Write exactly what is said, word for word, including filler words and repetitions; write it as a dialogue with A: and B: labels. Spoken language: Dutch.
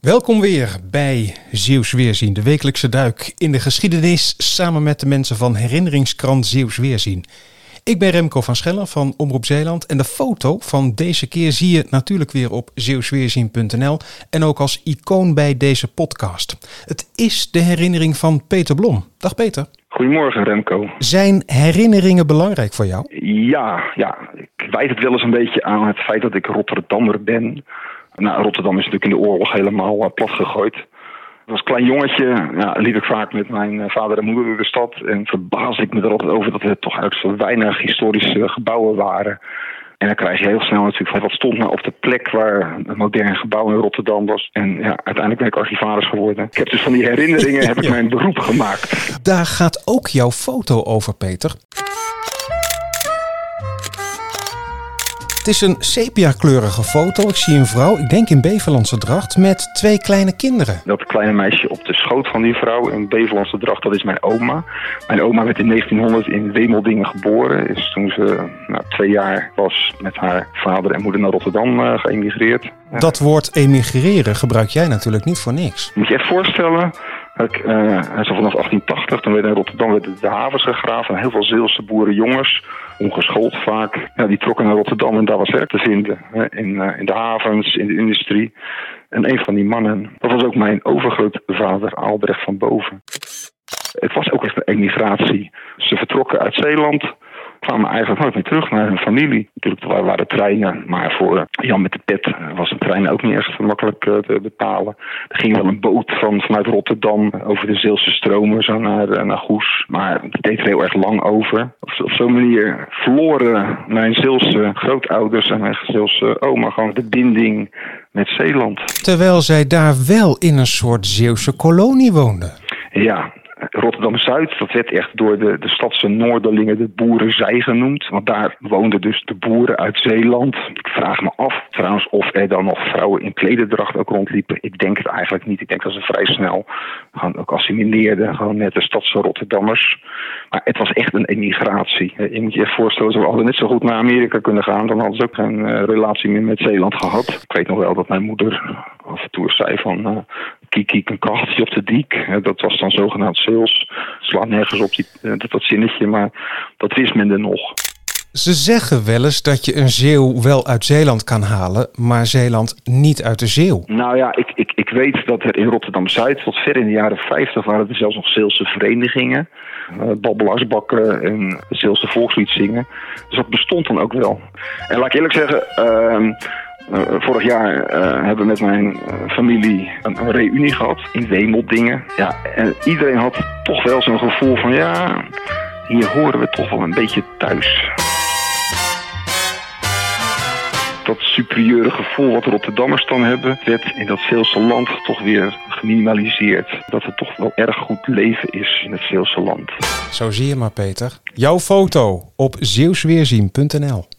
A: Welkom weer bij Zeeuws Weerzien, de wekelijkse duik in de geschiedenis samen met de mensen van herinneringskrant Zeeuws Weerzien. Ik ben Remco van Schellen van Omroep Zeeland en de foto van deze keer zie je natuurlijk weer op zeeuwsweerzien punt n l en ook als icoon bij deze podcast. Het is de herinnering van Peter Blom. Dag Peter.
B: Goedemorgen Remco.
A: Zijn herinneringen belangrijk voor jou?
B: Ja, ja, ik wijt het wel eens een beetje aan het feit dat ik Rotterdammer ben. Nou, Rotterdam is natuurlijk in de oorlog helemaal uh, plat gegooid. Als klein jongetje ja, liep ik vaak met mijn uh, vader en moeder door de stad. En verbaasde ik me er altijd over dat er toch eigenlijk zo weinig historische gebouwen waren. En dan krijg je heel snel natuurlijk wat stond nou op de plek waar een modern gebouw in Rotterdam was. En ja, uiteindelijk ben ik archivaris geworden. Ik heb dus van die herinneringen heb ik ja. mijn beroep gemaakt.
A: Daar gaat ook jouw foto over, Peter. Het is een sepia-kleurige foto. Ik zie een vrouw, ik denk in Beverlandse dracht, met twee kleine kinderen.
B: Dat kleine meisje op de schoot van die vrouw in Beverlandse dracht, dat is mijn oma. Mijn oma werd in negentienhonderd in Wemeldingen geboren. Is toen ze nou, twee jaar was met haar vader en moeder naar Rotterdam uh, geëmigreerd.
A: Dat woord emigreren gebruik jij natuurlijk niet voor niks.
B: Moet je echt voorstellen. Ik, uh, zo vanaf achttien tachtig, toen werden in Rotterdam werden de havens gegraven. En heel veel Zeelse boerenjongens, ongeschoold vaak, ja, die trokken naar Rotterdam en daar was werk te vinden. Hè, in, uh, in de havens, in de industrie. En een van die mannen, dat was ook mijn overgrootvader Albrecht van Boven. Het was ook echt een emigratie. Ze vertrokken uit Zeeland, kwamen eigenlijk nooit meer terug naar hun familie. Natuurlijk er waren treinen, maar voor Jan met de pet was een trein ook niet echt makkelijk te betalen. Er ging wel een boot van, vanuit Rotterdam over de Zeelse stromen zo naar, naar Goes. Maar het deed er heel erg lang over. Op, op zo'n manier verloren mijn Zeelse grootouders en mijn Zeelse oma gewoon de binding met Zeeland.
A: Terwijl zij daar wel in een soort Zeeuwse kolonie woonden.
B: Ja. Rotterdam-Zuid, dat werd echt door de, de stadse Noorderlingen de boerenzij genoemd. Want daar woonden dus de boeren uit Zeeland. Ik vraag me af trouwens of er dan nog vrouwen in klederdracht ook rondliepen. Ik denk het eigenlijk niet. Ik denk dat ze vrij snel gewoon ook assimileerden. Gewoon net de stadse Rotterdammers. Maar het was echt een emigratie. Je moet je echt voorstellen, ze hadden net zo goed naar Amerika kunnen gaan. Dan hadden ze ook geen uh, relatie meer met Zeeland gehad. Ik weet nog wel dat mijn moeder af en toe zei van Uh, kiek, kiek, een kacheltje op de diek. Dat was dan zogenaamd Zeeuws. Slaat nergens op die, dat, dat zinnetje, maar dat wist men er nog.
A: Ze zeggen wel eens dat je een Zeeuw wel uit Zeeland kan halen, maar Zeeland niet uit de Zeeuw.
B: Nou ja, ik, ik, ik weet dat er in Rotterdam-Zuid tot ver in de jaren vijftig waren er zelfs nog Zeelse verenigingen. Uh, babbelarsbakken en Zeelse volkslied zingen. Dus dat bestond dan ook wel. En laat ik eerlijk zeggen, Uh, Uh, vorig jaar uh, hebben we met mijn uh, familie een, een reunie gehad in Wemeldingen. Ja, en iedereen had toch wel zo'n gevoel van ja, hier horen we toch wel een beetje thuis. Dat superieure gevoel wat Rotterdammers dan hebben, werd in dat Zeelse land toch weer geminimaliseerd. Dat er toch wel erg goed leven is in het Zeelse land.
A: Zo zie je maar, Peter. Jouw foto op zeeuwsweerzien punt n l.